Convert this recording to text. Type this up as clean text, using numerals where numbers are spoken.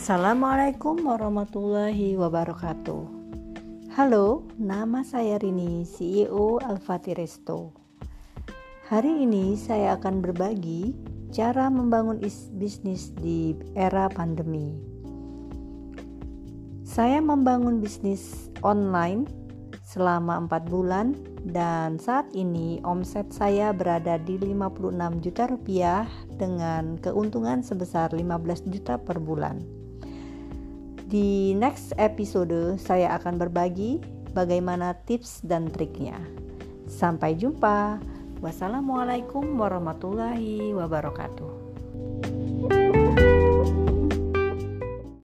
Assalamualaikum warahmatullahi wabarakatuh. Halo, nama saya Rini, CEO Alfati Resto. Hari ini saya akan berbagi cara membangun bisnis di era pandemi. Saya membangun bisnis online selama 4 bulan dan saat ini omset saya berada di 56 juta rupiah dengan keuntungan sebesar 15 juta per bulan. Di next episode saya akan berbagi bagaimana tips dan triknya. Sampai jumpa. Wassalamualaikum warahmatullahi wabarakatuh.